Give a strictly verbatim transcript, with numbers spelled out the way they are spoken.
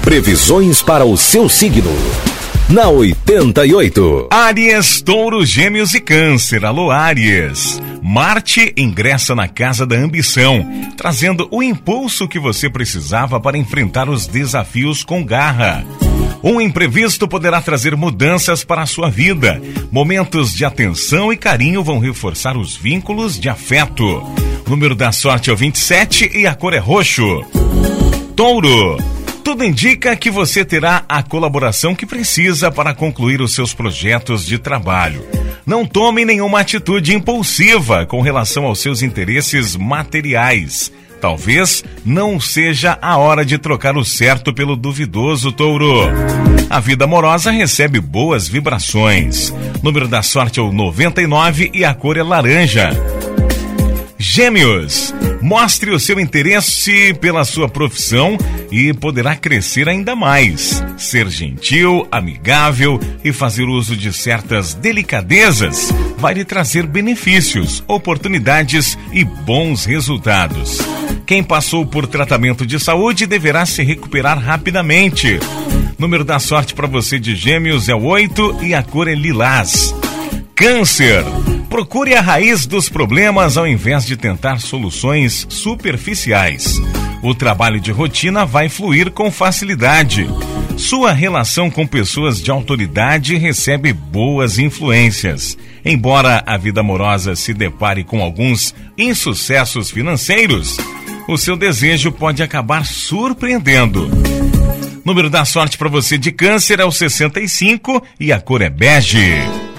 Previsões para o seu signo. Na oitenta e oito. Áries, Touro, Gêmeos e Câncer. Alô, Áries. Marte ingressa na casa da ambição, trazendo o impulso que você precisava para enfrentar os desafios com garra. Um imprevisto poderá trazer mudanças para a sua vida. Momentos de atenção e carinho vão reforçar os vínculos de afeto. O número da sorte é o vinte e sete e a cor é roxo. Touro. Tudo indica que você terá a colaboração que precisa para concluir os seus projetos de trabalho. Não tome nenhuma atitude impulsiva com relação aos seus interesses materiais. Talvez não seja a hora de trocar o certo pelo duvidoso, Touro. A vida amorosa recebe boas vibrações. O número da sorte é o noventa e nove e a cor é laranja. Gêmeos, mostre o seu interesse pela sua profissão e poderá crescer ainda mais. Ser gentil, amigável e fazer uso de certas delicadezas vai lhe trazer benefícios, oportunidades e bons resultados. Quem passou por tratamento de saúde deverá se recuperar rapidamente. Número da sorte para você de Gêmeos é o oito e a cor é lilás. Câncer. Procure a raiz dos problemas ao invés de tentar soluções superficiais. O trabalho de rotina vai fluir com facilidade. Sua relação com pessoas de autoridade recebe boas influências. Embora a vida amorosa se depare com alguns insucessos financeiros, o seu desejo pode acabar surpreendendo. Número da sorte para você de Câncer é o sessenta e cinco e a cor é bege.